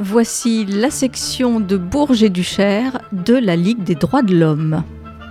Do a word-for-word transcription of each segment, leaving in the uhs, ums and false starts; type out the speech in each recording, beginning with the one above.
Voici la section de Bourget-Duchère de la Ligue des droits de l'homme.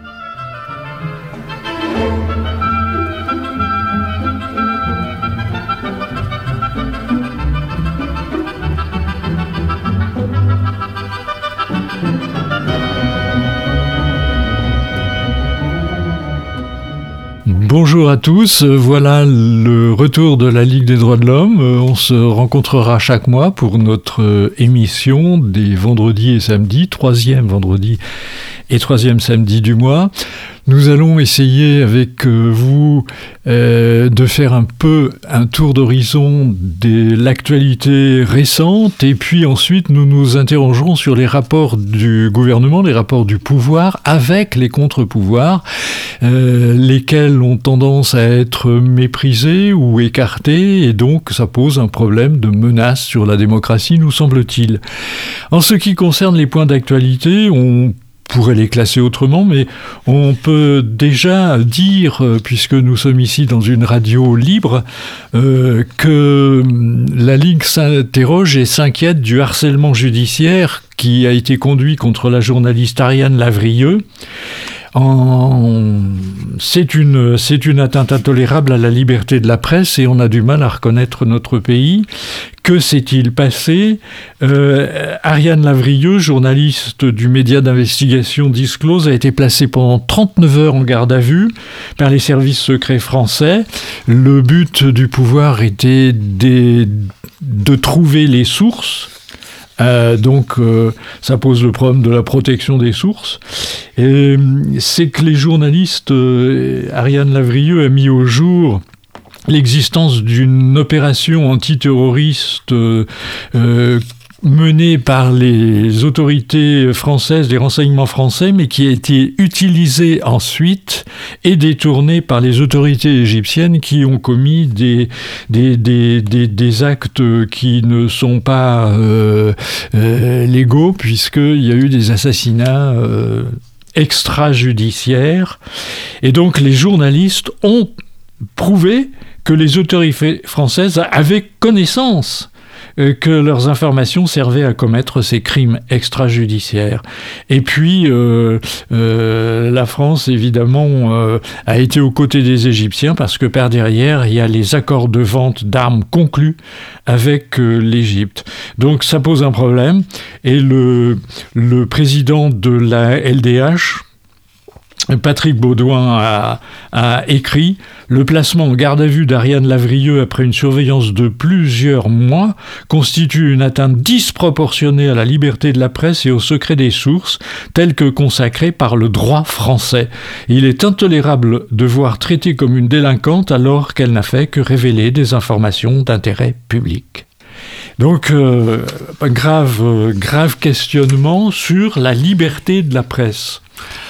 Bonjour à tous, voilà le retour de la Ligue des droits de l'homme. On se rencontrera chaque mois pour notre émission des vendredis et samedis, troisième vendredi et troisième samedi du mois. Nous allons essayer avec vous euh, de faire un peu un tour d'horizon de l'actualité récente et puis ensuite nous nous interrogerons sur les rapports du gouvernement, les rapports du pouvoir avec les contre-pouvoirs, euh, lesquels ont tendance à être méprisés ou écartés et donc ça pose un problème de menace sur la démocratie, nous semble-t-il. En ce qui concerne les points d'actualité, on pourrait les classer autrement, mais on peut déjà dire, puisque nous sommes ici dans une radio libre, euh, que la Ligue s'interroge et s'inquiète du harcèlement judiciaire qui a été conduit contre la journaliste Ariane Lavrieux. En... C'est une, c'est une atteinte intolérable à la liberté de la presse et on a du mal à reconnaître notre pays. Que s'est-il passé ? euh, Ariane Lavrieux, journaliste du média d'investigation Disclose, a été placée pendant trente-neuf heures en garde à vue par les services secrets français. Le but du pouvoir était des, de trouver les sources. Euh, donc, euh, ça pose le problème de la protection des sources. Et c'est que les journalistes, euh, Ariane Lavrieux a mis au jour l'existence d'une opération antiterroriste euh, euh, menée par les autorités françaises, les renseignements français, mais qui a été utilisée ensuite et détournée par les autorités égyptiennes qui ont commis des, des, des, des, des actes qui ne sont pas euh, euh, légaux, puisqu'il y a eu des assassinats euh, extrajudiciaires. Et donc les journalistes ont prouvé que les autorités françaises avaient connaissance que leurs informations servaient à commettre ces crimes extrajudiciaires. Et puis, euh, euh, la France, évidemment, euh, a été aux côtés des Égyptiens parce que par derrière, il y a les accords de vente d'armes conclus avec euh, l'Égypte. Donc, ça pose un problème. Et le, le président de la L D H, Patrick Baudouin, a, a écrit « Le placement en garde à vue d'Ariane Lavrieux après une surveillance de plusieurs mois constitue une atteinte disproportionnée à la liberté de la presse et au secret des sources, tel que consacré par le droit français. Il est intolérable de voir traitée comme une délinquante alors qu'elle n'a fait que révéler des informations d'intérêt public. » Donc, euh, grave, euh, grave questionnement sur la liberté de la presse.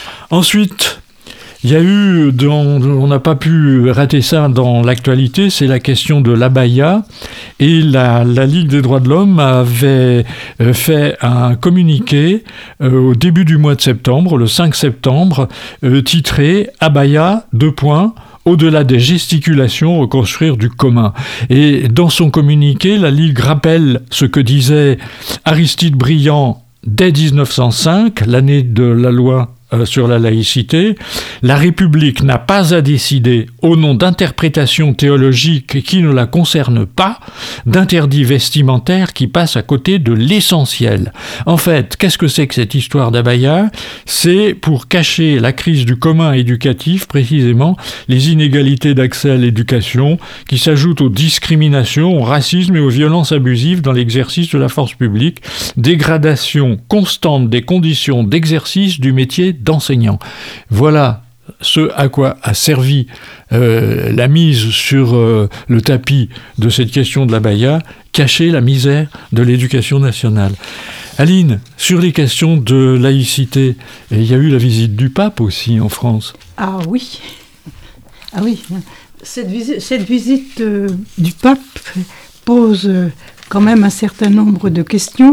Ensuite, il y a eu, dans, on n'a pas pu rater ça dans l'actualité, c'est la question de l'abaya. Et la, la Ligue des droits de l'homme avait fait un communiqué euh, au début du mois de septembre, le cinq septembre, euh, titré « Abaya, deux points ». Au-delà des gesticulations, reconstruire du commun. Et dans son communiqué, la Ligue rappelle ce que disait Aristide Briand dès dix-neuf cent cinq, l'année de la loi Euh, sur la laïcité. La République n'a pas à décider, au nom d'interprétations théologiques qui ne la concernent pas, d'interdits vestimentaires qui passent à côté de l'essentiel. En fait, qu'est-ce que c'est que cette histoire d'abaya ? C'est pour cacher la crise du commun éducatif, précisément les inégalités d'accès à l'éducation qui s'ajoutent aux discriminations, au racisme et aux violences abusives dans l'exercice de la force publique, dégradation constante des conditions d'exercice du métier d'enseignant. Voilà ce à quoi a servi euh, la mise sur euh, le tapis de cette question de l'abaya, cacher la misère de l'éducation nationale. Aline, sur les questions de laïcité, il y a eu la visite du pape aussi en France. Ah oui, ah oui. Cette visite, cette visite euh, du pape pose euh, quand même un certain nombre de questions.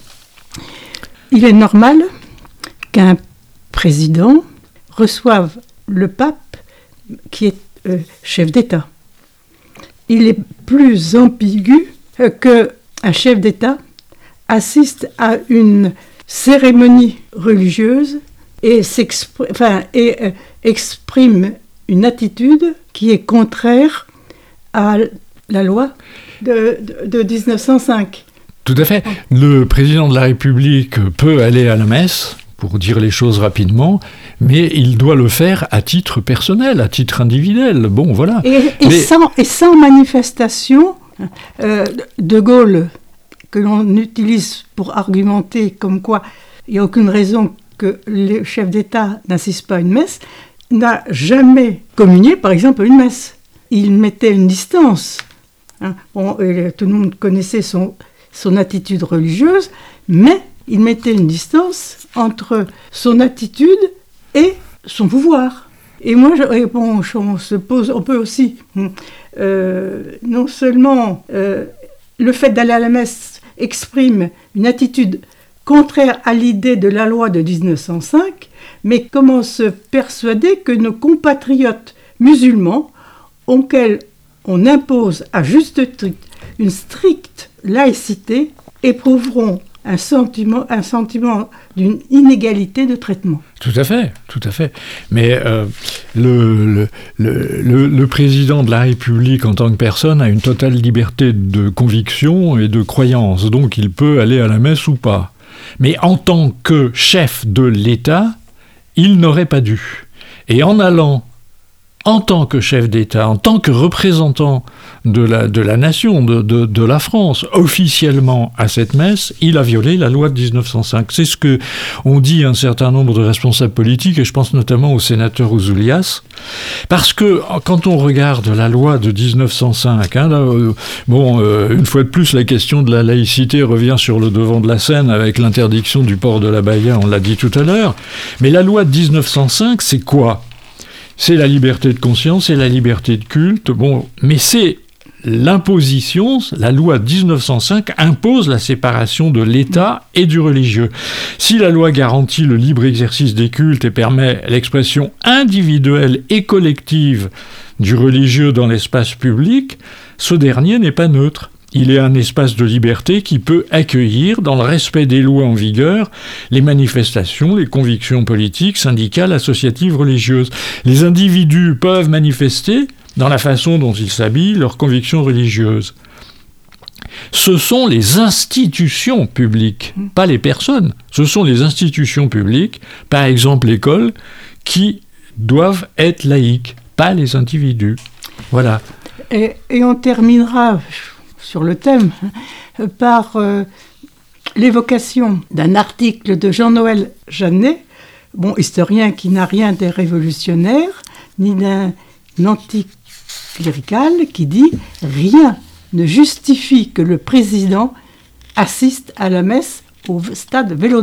Il est normal qu'un président reçoive le pape qui est euh, chef d'État. Il est plus ambigu euh, qu'un chef d'État assiste à une cérémonie religieuse et, enfin, et euh, exprime une attitude qui est contraire à la loi de, de, de dix-neuf cent cinq. Tout à fait. Le président de la République peut aller à la messe, pour dire les choses rapidement, mais il doit le faire à titre personnel, à titre individuel. Bon, voilà. Et, et, mais... sans, et sans manifestation, euh, De Gaulle, que l'on utilise pour argumenter comme quoi il n'y a aucune raison que le chef d'État n'assiste pas à une messe, n'a jamais communié, par exemple, à une messe. Il mettait une distance. Hein. Bon, et tout le monde connaissait son, son attitude religieuse, mais il mettait une distance entre son attitude et son pouvoir. Et moi, je, bon, on se pose, on peut aussi, euh, non seulement euh, le fait d'aller à la messe exprime une attitude contraire à l'idée de la loi de dix-neuf cent cinq, mais comment se persuader que nos compatriotes musulmans, auxquels on impose à juste titre une stricte laïcité, éprouveront un sentiment, un sentiment d'une inégalité de traitement. Tout à fait, tout à fait. Mais euh, le, le, le, le, le président de la République, en tant que personne, a une totale liberté de conviction et de croyance. Donc, il peut aller à la messe ou pas. Mais en tant que chef de l'État, il n'aurait pas dû. Et en allant en tant que chef d'État, en tant que représentant de la, de la nation, de, de, de la France, officiellement à cette messe, il a violé la loi de dix-neuf cent cinq. C'est ce que ont dit un certain nombre de responsables politiques, et je pense notamment au sénateur Ouzoulias, parce que quand on regarde la loi de dix-neuf cent cinq, hein, là, euh, bon, euh, une fois de plus, la question de la laïcité revient sur le devant de la scène avec l'interdiction du port de l'abaya, on l'a dit tout à l'heure, mais la loi de dix-neuf cent cinq, c'est quoi ? C'est la liberté de conscience, c'est la liberté de culte, bon, mais c'est l'imposition, la loi dix-neuf cent cinq impose la séparation de l'État et du religieux. Si la loi garantit le libre exercice des cultes et permet l'expression individuelle et collective du religieux dans l'espace public, ce dernier n'est pas neutre. Il est un espace de liberté qui peut accueillir, dans le respect des lois en vigueur, les manifestations, les convictions politiques, syndicales, associatives, religieuses. Les individus peuvent manifester, dans la façon dont ils s'habillent, leurs convictions religieuses. Ce sont les institutions publiques, pas les personnes. Ce sont les institutions publiques, par exemple l'école, qui doivent être laïques, pas les individus. Voilà. Et, et on terminera sur le thème, par euh, l'évocation d'un article de Jean-Noël Jeannet, bon, historien qui n'a rien des révolutionnaires, ni d'un anticlérical, qui dit « Rien ne justifie que le président assiste à la messe au stade Vélodrome ».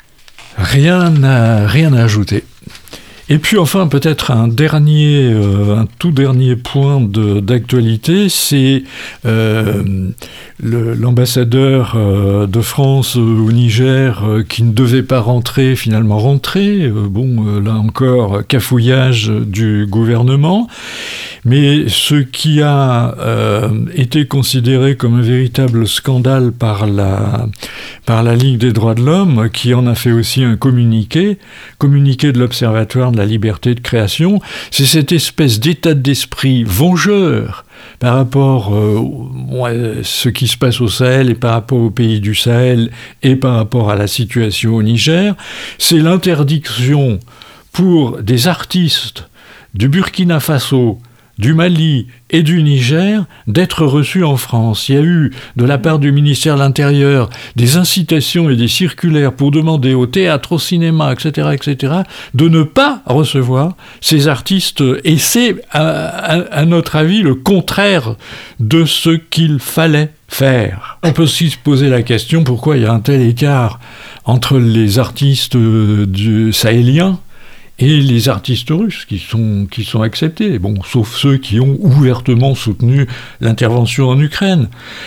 Rien à, rien à ajouter. Et puis enfin, peut-être un dernier, euh, un tout dernier point de, d'actualité, c'est euh, le, l'ambassadeur euh, de France euh, au Niger euh, qui ne devait pas rentrer, finalement rentrer. Euh, bon, euh, là encore, cafouillage du gouvernement. Mais ce qui a euh, été considéré comme un véritable scandale par la, par la Ligue des droits de l'homme, qui en a fait aussi un communiqué, communiqué de l'Observatoire de la liberté de création, c'est cette espèce d'état d'esprit vengeur par rapport euh, à ce qui se passe au Sahel et par rapport aux pays du Sahel et par rapport à la situation au Niger. C'est l'interdiction pour des artistes du Burkina Faso, du Mali et du Niger d'être reçus en France. Il y a eu, de la part du ministère de l'Intérieur, des incitations et des circulaires pour demander au théâtre, au cinéma, et cetera, et cetera, de ne pas recevoir ces artistes. Et c'est, à, à, à notre avis, le contraire de ce qu'il fallait faire. On peut aussi se poser la question pourquoi il y a un tel écart entre les artistes du sahéliens et les artistes russes qui sont, qui sont acceptés, bon, sauf ceux qui ont ouvertement soutenu l'intervention en Ukraine.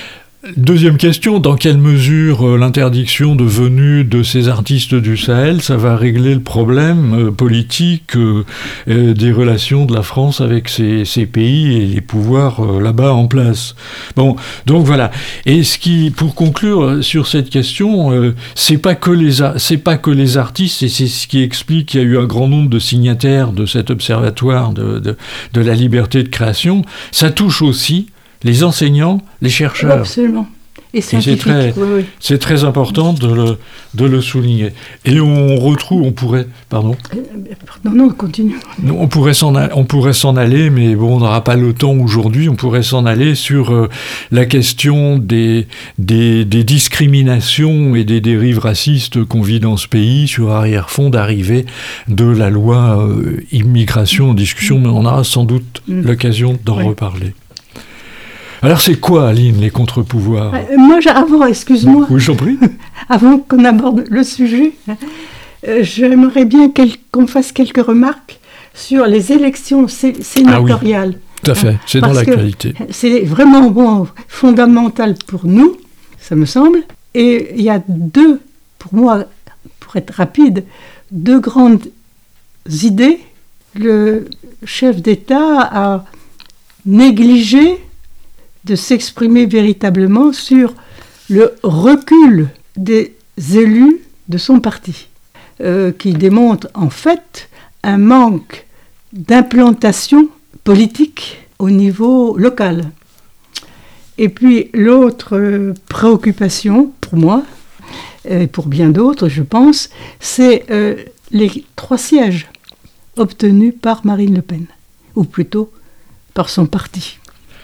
Deuxième question, dans quelle mesure euh, l'interdiction de venue de ces artistes du Sahel, ça va régler le problème euh, politique euh, euh, des relations de la France avec ces, ces pays et les pouvoirs euh, là-bas en place. Bon, donc voilà. Et ce qui, pour conclure sur cette question, euh, c'est pas que les a- c'est pas que les artistes, et c'est ce qui explique qu'il y a eu un grand nombre de signataires de cet observatoire de, de, de la liberté de création. Ça touche aussi les enseignants, les chercheurs. Absolument. Et Et c'est scientifique. très, Oui, oui. c'est très important de le, de le souligner. Et on retrouve, on pourrait, pardon, Non, non, continue. on pourrait s'en, a- on pourrait s'en aller, mais bon, on n'aura pas le temps aujourd'hui. On pourrait s'en aller sur euh, la question des, des, des discriminations et des dérives racistes qu'on vit dans ce pays, sur arrière-fond d'arrivée de la loi euh, immigration en discussion, mais on aura sans doute Mm. l'occasion d'en Oui. reparler. Alors c'est quoi, Aline, les contre-pouvoirs? Euh, Moi, j'ai- avant, excuse-moi, Oui, j'en prie. avant qu'on aborde le sujet, euh, j'aimerais bien quel- qu'on fasse quelques remarques sur les élections sé- sénatoriales. Tout à fait, c'est dans Parce que l'actualité. C'est vraiment bon, fondamental pour nous, ça me semble. Et il y a deux, pour moi, pour être rapide, deux grandes idées. Le chef d'État a négligé de s'exprimer véritablement sur le recul des élus de son parti, euh, qui démontre en fait un manque d'implantation politique au niveau local. Et puis l'autre euh, préoccupation, pour moi, et pour bien d'autres, je pense, c'est euh, les trois sièges obtenus par Marine Le Pen, ou plutôt par son parti.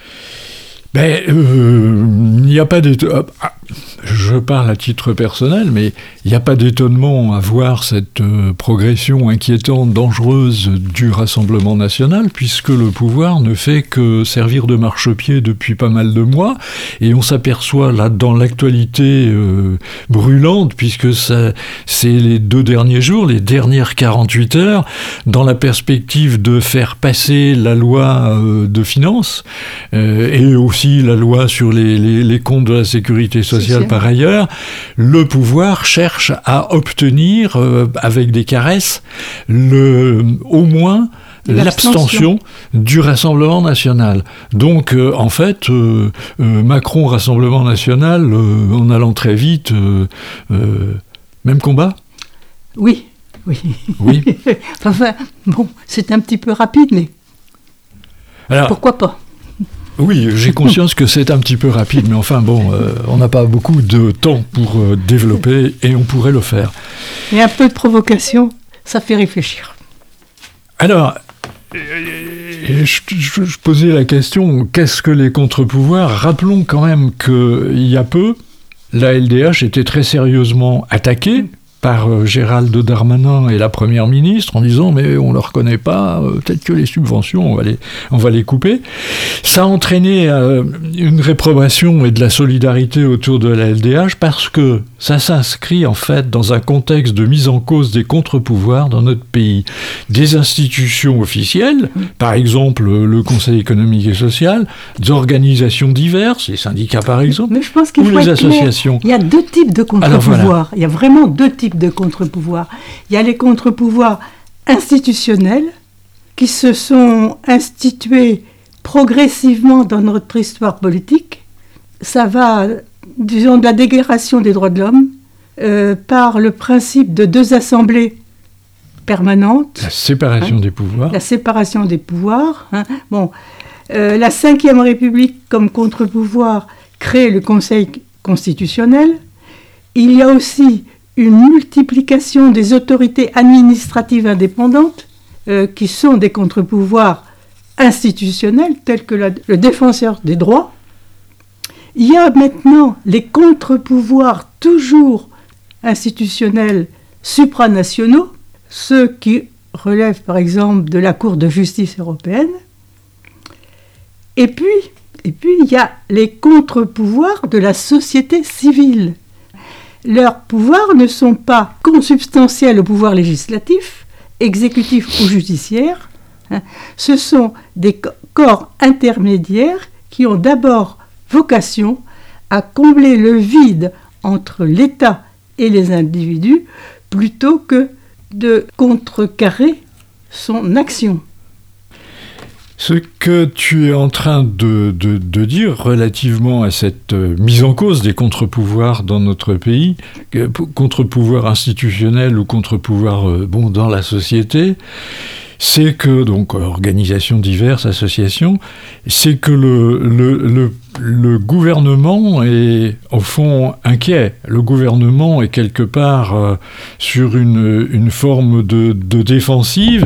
Ben, euh, il n'y a pas d'étonnement. Je parle à titre personnel, mais il n'y a pas d'étonnement à voir cette euh, progression inquiétante, dangereuse du Rassemblement national, puisque le pouvoir ne fait que servir de marchepied depuis pas mal de mois, et on s'aperçoit là dans l'actualité euh, brûlante, puisque ça, c'est les deux derniers jours, les dernières quarante-huit heures, dans la perspective de faire passer la loi euh, de finances, euh, et aussi la loi sur les, les, les comptes de la sécurité sociale par ailleurs, le pouvoir cherche à obtenir, euh, avec des caresses, le, au moins l'abstention du Rassemblement national. Donc, euh, en fait, euh, euh, Macron, Rassemblement national, euh, en allant très vite, euh, euh, même combat ? Oui, oui. Oui. Enfin, bon, c'est un petit peu rapide, mais Alors, pourquoi pas ? Oui, j'ai conscience que c'est un petit peu rapide, mais enfin bon, euh, on n'a pas beaucoup de temps pour euh, développer et on pourrait le faire. Et un peu de provocation, ça fait réfléchir. Alors, euh, je, je, je posais la question, qu'est-ce que les contre-pouvoirs ? Rappelons quand même qu'il y a peu, la L D H était très sérieusement attaquée par euh, Gérald Darmanin et la Première ministre en disant « mais on ne le reconnaît pas, euh, peut-être que les subventions, on va les, on va les couper ». Ça a entraîné euh, une réprobation et de la solidarité autour de la L D H parce que ça s'inscrit en fait dans un contexte de mise en cause des contre-pouvoirs dans notre pays. Des institutions officielles, par exemple le Conseil économique et social, des organisations diverses, les syndicats par exemple, mais je pense qu'il ou faut les être associations. Clair. Il y a deux types de contre-pouvoirs. Voilà. Il y a vraiment deux types de contre-pouvoirs. Il y a les contre-pouvoirs institutionnels qui se sont institués progressivement dans notre histoire politique. Ça va, disons, de la Déclaration des droits de l'homme euh, par le principe de deux assemblées permanentes. La séparation hein, des pouvoirs. La séparation des pouvoirs. Hein. Bon, euh, la Cinquième République comme contre-pouvoir crée le Conseil constitutionnel. Il y a aussi une multiplication des autorités administratives indépendantes euh, qui sont des contre-pouvoirs institutionnels tels que la, le défenseur des droits. Il y a maintenant les contre-pouvoirs toujours institutionnels supranationaux, ceux qui relèvent par exemple de la Cour de justice européenne. Et puis, et puis il y a les contre-pouvoirs de la société civile. Leurs pouvoirs ne sont pas consubstantiels au pouvoir législatif, exécutif ou judiciaire. Hein. Ce sont des corps intermédiaires qui ont d'abord vocation à combler le vide entre l'État et les individus plutôt que de contrecarrer son action. Ce que tu es en train de, de, de dire relativement à cette euh, mise en cause des contre-pouvoirs dans notre pays, euh, contre-pouvoirs institutionnels ou contre-pouvoirs euh, bon, dans la société, c'est que, donc, organisations diverses, associations, c'est que le, le, le, le gouvernement est, au fond, inquiet. Le gouvernement est quelque part euh, sur une, une forme de, de défensive.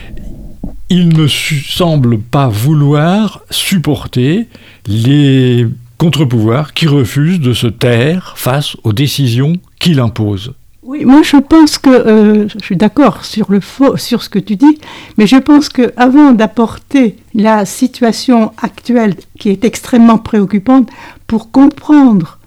Il ne su- semble pas vouloir supporter les contre-pouvoirs qui refusent de se taire face aux décisions qu'il impose. Oui, moi je pense que, euh, je suis d'accord sur, le faux, sur ce que tu dis, mais je pense qu'avant d'apporter la situation actuelle qui est extrêmement préoccupante, pour comprendre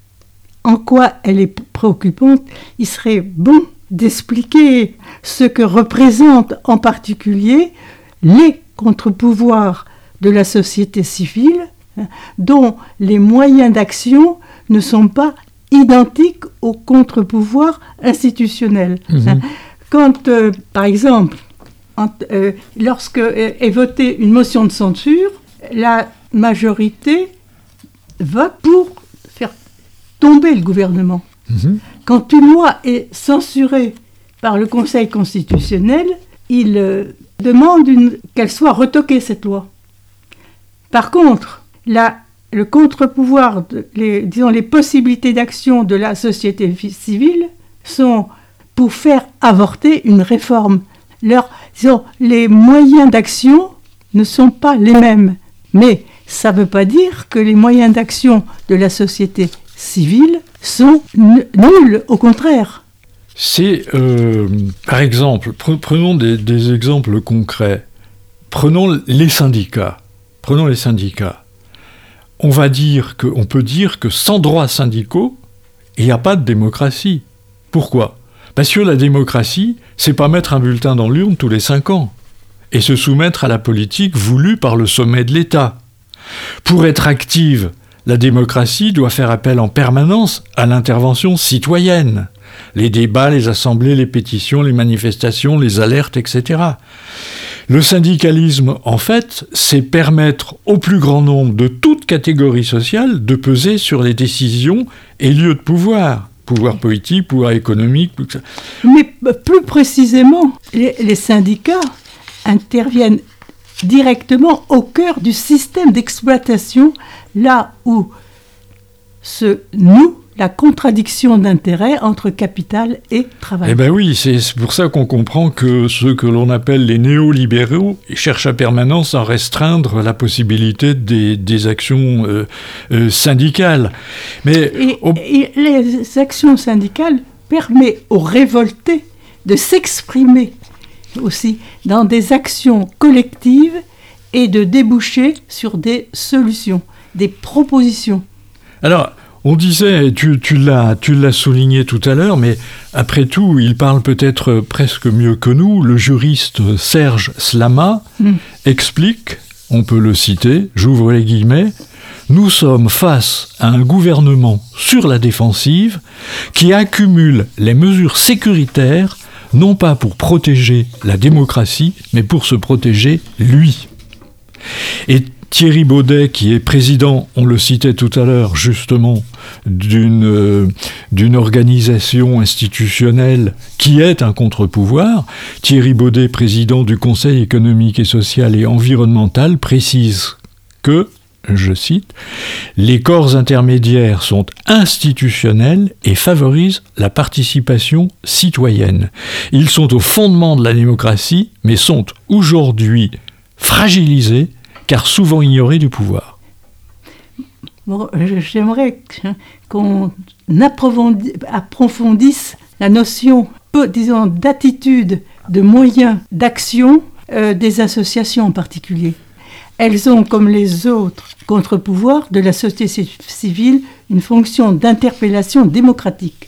en quoi elle est préoccupante, il serait bon d'expliquer ce que représentent en particulier les contre-pouvoirs de la société civile, hein, dont les moyens d'action ne sont pas identiques aux contre-pouvoirs institutionnels. Mmh. Hein. Quand, euh, par exemple, en, euh, lorsque euh, est votée une motion de censure, la majorité vote pour faire tomber le gouvernement. Mmh. Quand une loi est censurée par le Conseil constitutionnel, il euh, demande une, qu'elle soit retoquée, cette loi. Par contre, la, le contre-pouvoir, de, les, disons les possibilités d'action de la société civile sont pour faire avorter une réforme. Leur, disons, les moyens d'action ne sont pas les mêmes. Mais ça ne veut pas dire que les moyens d'action de la société civile sont n- nuls, au contraire. C'est, euh, par exemple, pre- prenons des, des exemples concrets. Prenons les syndicats. Prenons les syndicats. On va dire que, on peut dire que sans droits syndicaux, il n'y a pas de démocratie. Pourquoi ? Parce que la démocratie, c'est pas mettre un bulletin dans l'urne tous les cinq ans et se soumettre à la politique voulue par le sommet de l'État. Pour être active, la démocratie doit faire appel en permanence à l'intervention citoyenne. Les débats, les assemblées, les pétitions, les manifestations, les alertes, et cetera. Le syndicalisme, en fait, c'est permettre au plus grand nombre de toutes catégories sociales de peser sur les décisions et lieux de pouvoir. Pouvoir politique, pouvoir économique. Mais plus précisément, les, les syndicats interviennent directement au cœur du système d'exploitation, là où se noue la contradiction d'intérêts entre capital et travail. Eh bien oui, c'est pour ça qu'on comprend que ceux que l'on appelle les néolibéraux cherchent à permanence à restreindre la possibilité des, des actions euh, euh, syndicales. Mais et, au... et les actions syndicales permettent aux révoltés de s'exprimer aussi dans des actions collectives et de déboucher sur des solutions, des propositions. Alors, on disait, tu, tu, l'as, tu l'as souligné tout à l'heure, mais après tout, il parle peut-être presque mieux que nous. Le juriste Serge Slama mmh. explique, on peut le citer, j'ouvre les guillemets, « Nous sommes face à un gouvernement sur la défensive qui accumule les mesures sécuritaires, non pas pour protéger la démocratie, mais pour se protéger lui. » Et Thierry Baudet, qui est président, on le citait tout à l'heure, justement, d'une, euh, d'une organisation institutionnelle qui est un contre-pouvoir, Thierry Baudet, président du Conseil économique et social et environnemental, précise que, je cite, « Les corps intermédiaires sont institutionnels et favorisent la participation citoyenne. Ils sont au fondement de la démocratie, mais sont aujourd'hui fragilisés car souvent ignorés du pouvoir. » Bon, j'aimerais qu'on approfondisse la notion, disons, d'attitude, de moyens d'action euh, des associations en particulier. Elles ont, comme les autres contre-pouvoirs de la société civile, une fonction d'interpellation démocratique.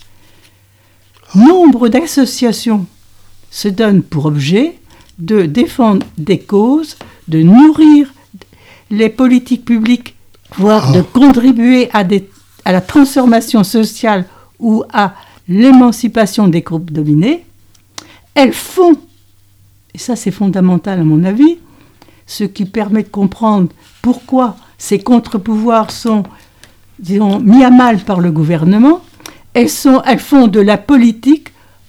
Nombre d'associations se donnent pour objet de défendre des causes, de nourrir les politiques publiques, voire de contribuer à des, à la transformation sociale ou à l'émancipation des groupes dominés, elles font, et ça c'est fondamental à mon avis, ce qui permet de comprendre pourquoi ces contre-pouvoirs sont, disons, mis à mal par le gouvernement, elles, sont, elles font de la politique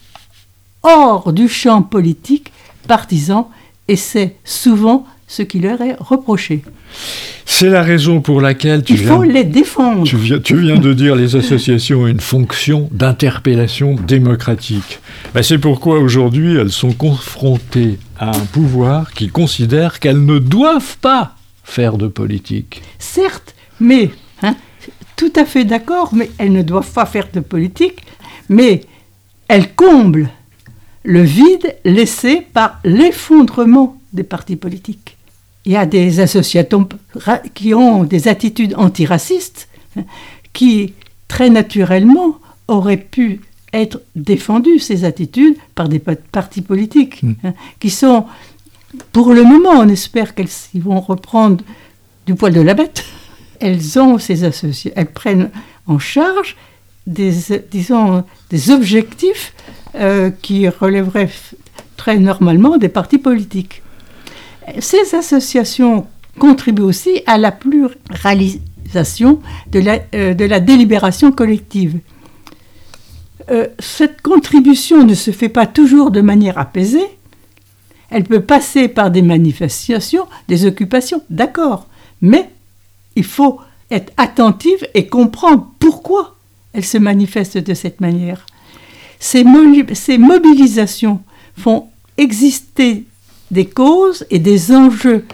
hors du champ politique partisan, et c'est souvent ce qui leur est reproché. C'est la raison pour laquelle tu Il viens, faut les défendre. Tu viens, tu viens de dire les associations ont une fonction d'interpellation démocratique. Ben c'est pourquoi aujourd'hui elles sont confrontées à un pouvoir qui considère qu'elles ne doivent pas faire de politique. Certes, mais, hein, tout à fait d'accord, mais elles ne doivent pas faire de politique, mais elles comblent le vide laissé par l'effondrement des partis politiques. Il y a des associations qui ont des attitudes antiracistes qui, très naturellement, auraient pu être défendues, ces attitudes, par des partis politiques, mmh. hein, qui sont, pour le moment, on espère qu'elles vont reprendre du poil de la bête. Elles ont ces associations, elles prennent en charge des, disons, des objectifs euh, qui relèveraient très normalement des partis politiques. Ces associations contribuent aussi à la pluralisation de la, euh, de la délibération collective. Euh, cette contribution ne se fait pas toujours de manière apaisée. Elle peut passer par des manifestations, des occupations, d'accord. Mais il faut être attentif et comprendre pourquoi elles se manifestent de cette manière. Ces, mo- ces mobilisations font exister des causes et des enjeux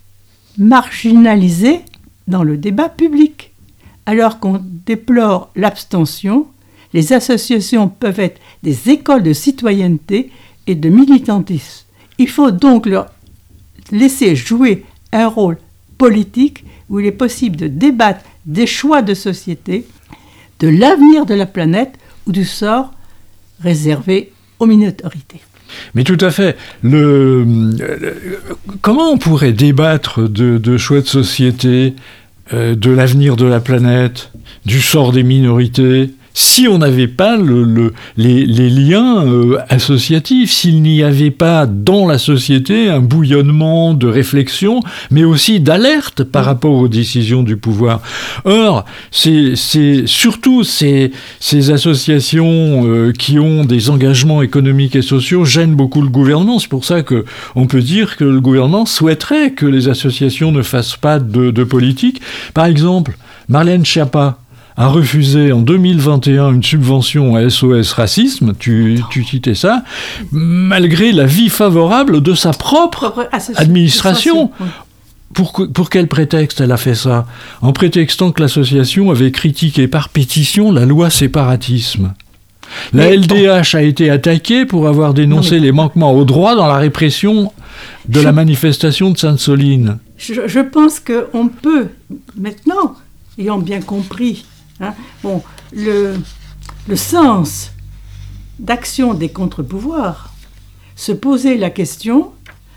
marginalisés dans le débat public. Alors qu'on déplore l'abstention, les associations peuvent être des écoles de citoyenneté et de militantisme. Il faut donc leur laisser jouer un rôle politique où il est possible de débattre des choix de société, de l'avenir de la planète ou du sort réservé aux minorités. Mais tout à fait. Le, le, comment on pourrait débattre de, de choix de société, euh, de l'avenir de la planète, du sort des minorités, si on n'avait pas le, le, les, les liens euh, associatifs, s'il n'y avait pas dans la société un bouillonnement de réflexion, mais aussi d'alerte par rapport aux décisions du pouvoir. Or, c'est, c'est surtout ces, ces associations euh, qui ont des engagements économiques et sociaux gênent beaucoup le gouvernement. C'est pour ça qu'on peut dire que le gouvernement souhaiterait que les associations ne fassent pas de, de politique. Par exemple, Marlène Schiappa a refusé en deux mille vingt et un une subvention à S O S Racisme, tu, tu citais ça, malgré l'avis favorable de sa propre administration. Pour, que, pour quel prétexte elle a fait ça ? En prétextant que l'association avait critiqué par pétition la loi séparatisme. La mais L D H bon. a été attaquée pour avoir dénoncé non, mais... les manquements aux droits dans la répression de je... la manifestation de Sainte-Soline. Je, je pense qu'on peut, maintenant, ayant bien compris Hein, bon, le, le sens d'action des contre-pouvoirs, se poser la question,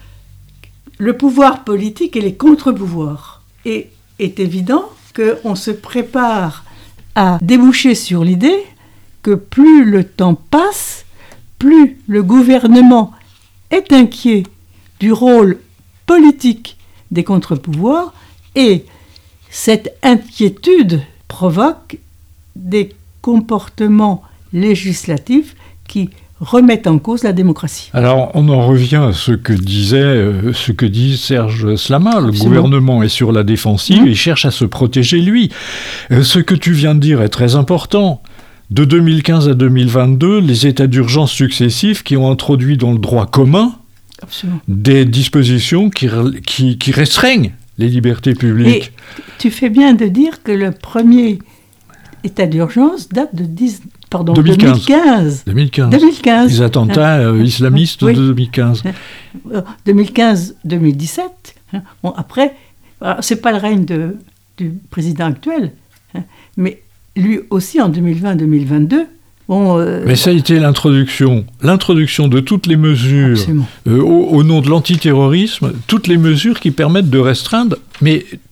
le pouvoir politique et les contre-pouvoirs. Et est évident qu'on se prépare à déboucher sur l'idée que plus le temps passe, plus le gouvernement est inquiet du rôle politique des contre-pouvoirs, et cette inquiétude provoque des comportements législatifs qui remettent en cause la démocratie. Alors, on en revient à ce que disait, euh, ce que dit Serge Slama. Le Absolument. Gouvernement est sur la défensive, mmh. et cherche à se protéger lui. Euh, ce que tu viens de dire est très important. De deux mille quinze à deux mille vingt-deux, les états d'urgence successifs qui ont introduit dans le droit commun Absolument. Des dispositions qui, qui, qui restreignent les libertés publiques. Et tu fais bien de dire que le premier état d'urgence date de dix, pardon, deux mille quinze. deux mille quinze. deux mille quinze. deux mille quinze. Les attentats euh, islamistes oui. de deux mille quinze. deux mille quinze deux mille dix-sept. Bon, après, c'est pas le règne de, du président actuel, mais lui aussi en deux mille vingt deux mille vingt-deux. Bon, euh, Mais ça a été l'introduction, l'introduction de toutes les mesures euh, au, au nom de l'antiterrorisme, toutes les mesures qui permettent de restreindre, mais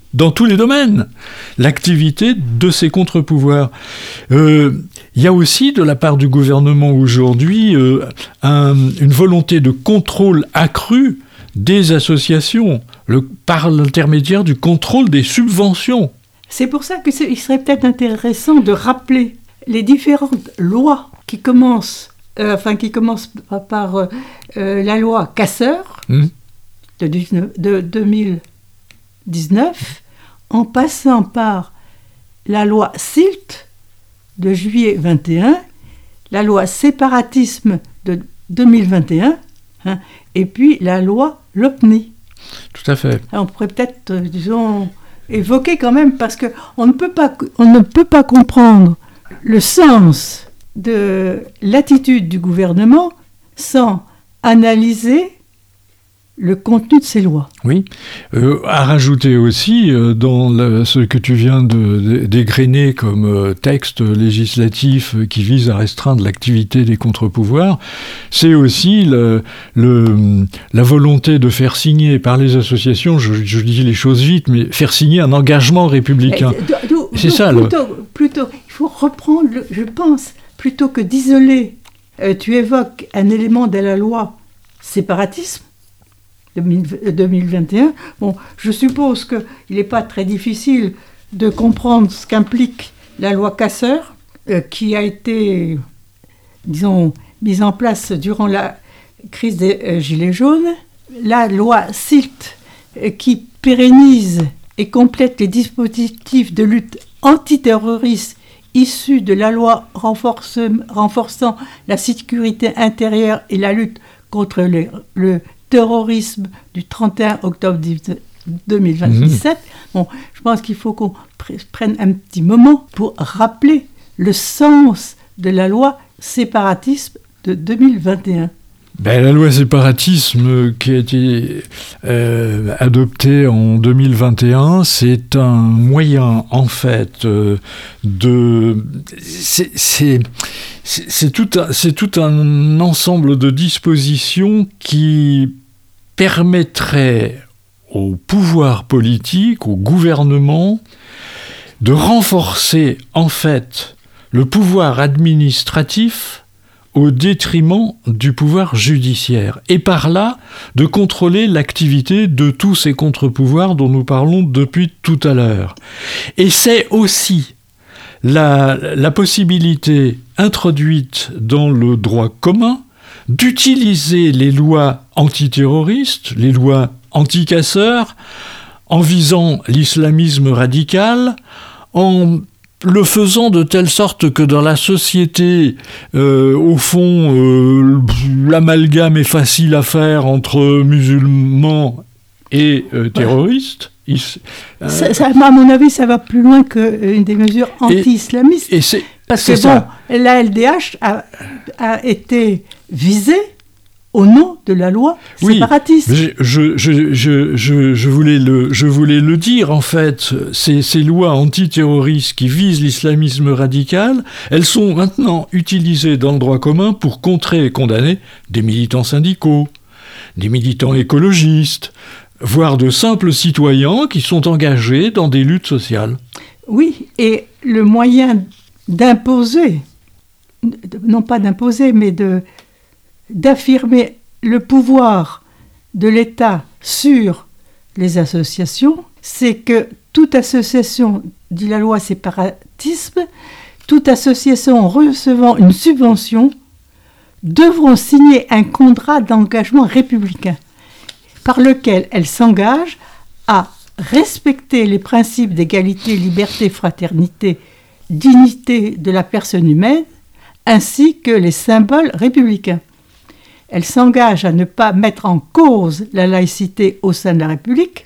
dans tous les domaines, l'activité de ces contre-pouvoirs. Euh, il y a aussi, de la part du gouvernement aujourd'hui, euh, un, une volonté de contrôle accru des associations, le, par l'intermédiaire du contrôle des subventions. C'est pour ça qu'il serait peut-être intéressant de rappeler les différentes lois qui commencent, euh, enfin qui commencent par, par euh, la loi Casseur mmh. de, de deux mille dix-neuf, en passant par la loi SILT de juillet vingt et un, la loi Séparatisme de deux mille vingt et un, hein, et puis la loi LOPNI. Tout à fait. Alors on pourrait peut-être, euh, disons, évoquer quand même, parce qu'on ne peut pas, on ne peut pas comprendre le sens de l'attitude du gouvernement sans analyser le contenu de ces lois. Oui, euh, à rajouter aussi, euh, dans le, ce que tu viens de, de, d'égrener comme euh, texte législatif euh, qui vise à restreindre l'activité des contre-pouvoirs, c'est aussi le, le, la volonté de faire signer par les associations, je, je dis les choses vite, mais faire signer un engagement républicain. Et, d'où, c'est d'où, ça. Plutôt, le... plutôt, il faut reprendre, le, je pense, plutôt que d'isoler, euh, tu évoques un élément de la loi séparatisme, deux mille vingt et un. Bon, je suppose qu'il n'est pas très difficile de comprendre ce qu'implique la loi Casseur, euh, qui a été, disons, mise en place durant la crise des euh, Gilets jaunes. La loi SILT, euh, qui pérennise et complète les dispositifs de lutte antiterroriste issus de la loi renforce, renforçant la sécurité intérieure et la lutte contre le, le terrorisme du trente et un octobre deux mille dix-sept. Mmh. Bon, je pense qu'il faut qu'on prenne un petit moment pour rappeler le sens de la loi séparatisme de deux mille vingt et un. Ben, la loi séparatisme qui a été euh, adoptée en deux mille vingt et un, c'est un moyen, en fait, euh, de... C'est, c'est, c'est, c'est, tout un, c'est tout un ensemble de dispositions qui permettrait au pouvoir politique, au gouvernement, de renforcer en fait le pouvoir administratif au détriment du pouvoir judiciaire, et par là de contrôler l'activité de tous ces contre-pouvoirs dont nous parlons depuis tout à l'heure. Et c'est aussi la, la possibilité introduite dans le droit commun d'utiliser les lois antiterroristes, les lois anti-casseurs, en visant l'islamisme radical, en le faisant de telle sorte que dans la société, euh, au fond, euh, l'amalgame est facile à faire entre musulmans et euh, terroristes. Il, euh, ça, ça, à mon avis, ça va plus loin qu'une des mesures anti-islamistes. Et, et c'est, parce c'est que ça. Bon, l'A L D H a, a été visée au nom de la loi séparatiste. Oui, je, je, je, je, je, voulais le, je voulais le dire, en fait. Ces, ces lois antiterroristes qui visent l'islamisme radical, elles sont maintenant utilisées dans le droit commun pour contrer et condamner des militants syndicaux, des militants écologistes, voire de simples citoyens qui sont engagés dans des luttes sociales. Oui, et le moyen d'imposer, non pas d'imposer, mais de... d'affirmer le pouvoir de l'État sur les associations, c'est que toute association, dit la loi séparatisme, toute association recevant une subvention devront signer un contrat d'engagement républicain par lequel elle s'engage à respecter les principes d'égalité, liberté, fraternité, dignité de la personne humaine, ainsi que les symboles républicains. Elle s'engage à ne pas mettre en cause la laïcité au sein de la République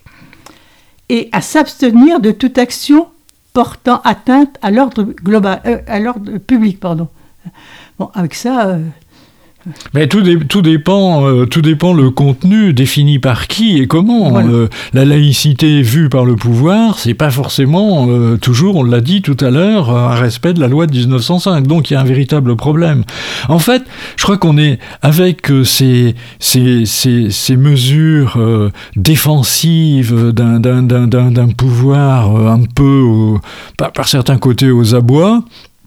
et à s'abstenir de toute action portant atteinte à l'ordre global, euh, à l'ordre public, pardon. Bon, avec ça, euh, Mais tout, dé, tout, dépend, euh, tout dépend le contenu défini par qui et comment. Voilà. Euh, la laïcité vue par le pouvoir, c'est pas forcément euh, toujours, on l'a dit tout à l'heure, un respect de la loi de dix-neuf cent cinq. Donc il y a un véritable problème. En fait, je crois qu'on est avec euh, ces, ces, ces, ces mesures euh, défensives d'un, d'un, d'un, d'un, d'un pouvoir euh, un peu, euh, par, par certains côtés, aux abois.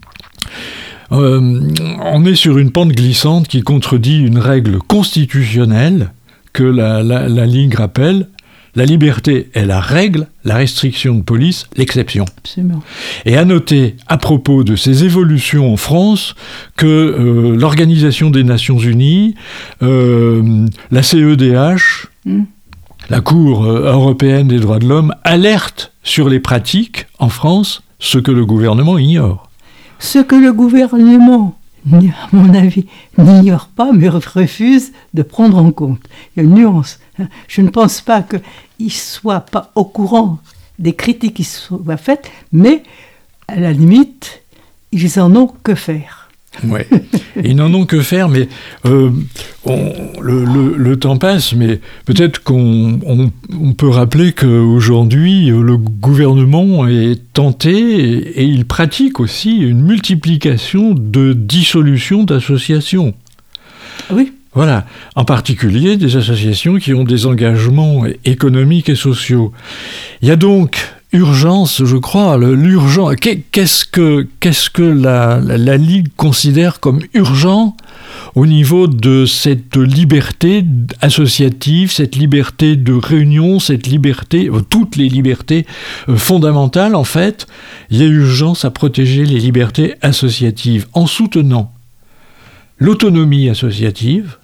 Euh, on est sur une pente glissante qui contredit une règle constitutionnelle que la, la, la Ligue rappelle. La liberté est la règle, la restriction de police, l'exception. Absolument. Et à noter, à propos de ces évolutions en France, que euh, l'Organisation des Nations Unies, euh, la C E D H, mm. la Cour européenne des droits de l'homme, alertent sur les pratiques en France, ce que le gouvernement ignore. Ce que le gouvernement, à mon avis, n'ignore pas, mais refuse de prendre en compte. Il y a une nuance. Je ne pense pas qu'il ne soit pas au courant des critiques qui soient faites, mais à la limite, ils en ont que faire. Oui, ils n'en ont que faire, mais euh, on, le, le, le temps passe, mais peut-être qu'on on, on peut rappeler qu'aujourd'hui, le gouvernement est tenté et, et il pratique aussi une multiplication de dissolutions d'associations. Oui. Voilà, en particulier des associations qui ont des engagements économiques et sociaux. Il y a donc urgence, je crois, l'urgence. Qu'est-ce que, qu'est-ce que la, la, la Ligue considère comme urgent au niveau de cette liberté associative, cette liberté de réunion, cette liberté, toutes les libertés fondamentales, en fait, il y a urgence à protéger les libertés associatives en soutenant l'autonomie associative,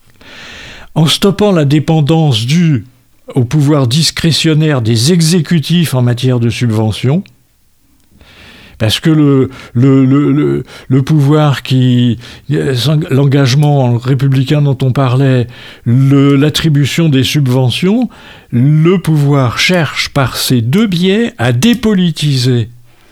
en stoppant la dépendance due au pouvoir discrétionnaire des exécutifs en matière de subvention, parce que le, le, le, le, le pouvoir qui... l'engagement républicain dont on parlait, le, l'attribution des subventions, le pouvoir cherche par ces deux biais à dépolitiser,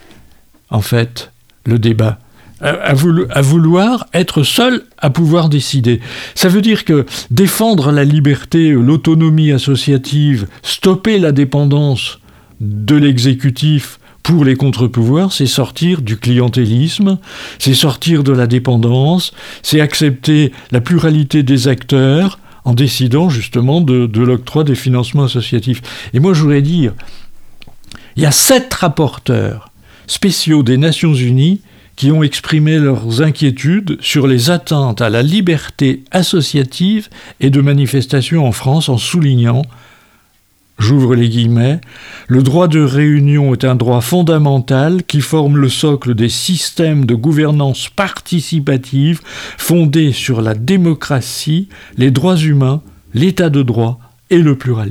en fait, le débat. À, voulo- à vouloir être seul à pouvoir décider. Ça veut dire que défendre la liberté, l'autonomie associative, stopper la dépendance de l'exécutif pour les contre-pouvoirs, c'est sortir du clientélisme, c'est sortir de la dépendance, c'est accepter la pluralité des acteurs en décidant justement de, de l'octroi des financements associatifs. Et moi je voudrais dire, il y a sept rapporteurs spéciaux des Nations Unies qui ont exprimé leurs inquiétudes sur les atteintes à la liberté associative et de manifestation en France en soulignant, j'ouvre les guillemets, « Le droit de réunion est un droit fondamental qui forme le socle des systèmes de gouvernance participative fondés sur la démocratie, les droits humains, l'état de droit et le pluralisme. »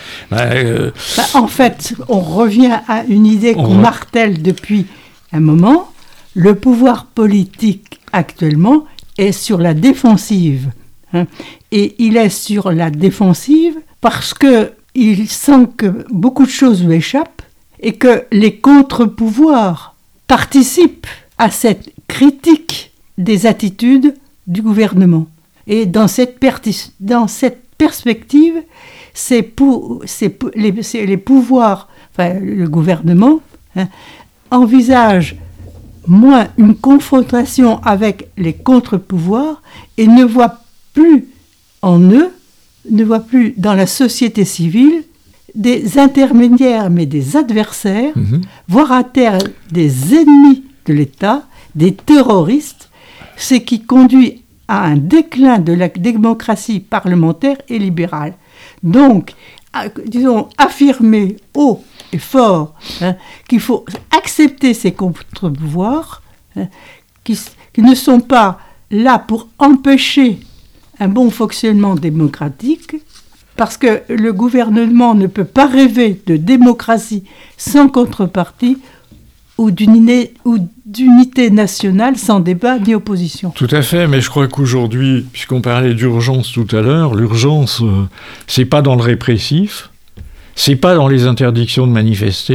Euh, bah, en fait, on revient à une idée qu'on re... martèle depuis un moment. Le pouvoir politique actuellement est sur la défensive. Hein, et il est sur la défensive parce qu'il sent que beaucoup de choses lui échappent et que les contre-pouvoirs participent à cette critique des attitudes du gouvernement. Et dans cette, perti- dans cette perspective, c'est, pour, c'est, pour, les, c'est les pouvoirs, enfin le gouvernement, hein, envisage moins une confrontation avec les contre-pouvoirs et ne voit plus en eux, ne voit plus dans la société civile des intermédiaires, mais des adversaires, mmh. voire à terme des ennemis de l'État, des terroristes, ce qui conduit à un déclin de la démocratie parlementaire et libérale. Donc, à, disons, affirmer haut et fort hein, qu'il faut accepter ces contre-pouvoirs hein, qui, qui ne sont pas là pour empêcher un bon fonctionnement démocratique, parce que le gouvernement ne peut pas rêver de démocratie sans contrepartie ou d'unité, ou d'unité nationale sans débat ni opposition. Tout à fait, mais je crois qu'aujourd'hui, puisqu'on parlait d'urgence tout à l'heure, l'urgence, euh, c'est pas dans le répressif, c'est pas dans les interdictions de manifester,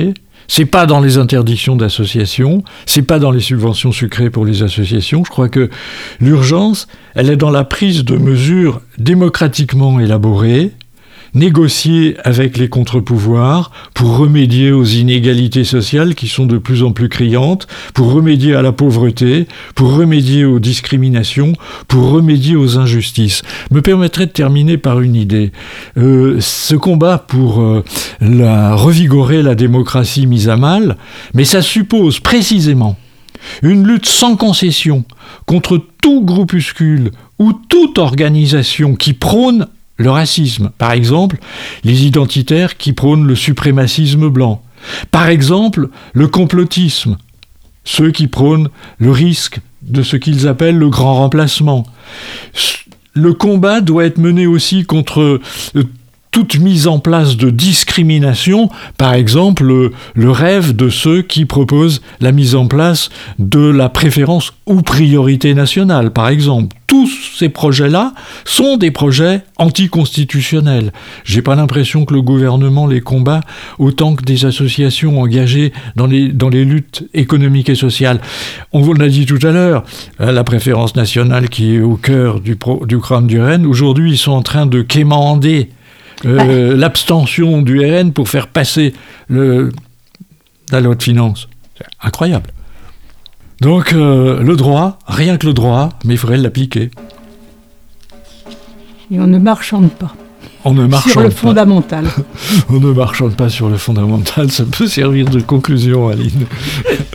c'est pas dans les interdictions d'associations, c'est pas dans les subventions sucrées pour les associations. Je crois que l'urgence, elle est dans la prise de mesures démocratiquement élaborées, négocier avec les contre-pouvoirs pour remédier aux inégalités sociales qui sont de plus en plus criantes, pour remédier à la pauvreté, pour remédier aux discriminations, pour remédier aux injustices. Me permettrait de terminer par une idée. Euh, ce combat pour euh, la, revigorer la démocratie mise à mal, mais ça suppose précisément une lutte sans concession contre tout groupuscule ou toute organisation qui prône le racisme, par exemple, les identitaires qui prônent le suprémacisme blanc. Par exemple, le complotisme, ceux qui prônent le risque de ce qu'ils appellent le grand remplacement. Le combat doit être mené aussi contre toute mise en place de discrimination, par exemple le, le rêve de ceux qui proposent la mise en place de la préférence ou priorité nationale, par exemple. Tous ces projets-là sont des projets anticonstitutionnels. J'ai pas l'impression que le gouvernement les combat autant que des associations engagées dans les, dans les luttes économiques et sociales. On vous l'a dit tout à l'heure, la préférence nationale qui est au cœur du, pro, du programme du R N, aujourd'hui ils sont en train de quémander Euh, ouais. l'abstention du R N pour faire passer le, la loi de finances. C'est incroyable. Donc, euh, le droit, rien que le droit, mais il faudrait l'appliquer. Et on ne marchande pas. On ne marchande sur le pas. fondamental. On ne marchande pas sur le fondamental, ça peut servir de conclusion, Aline.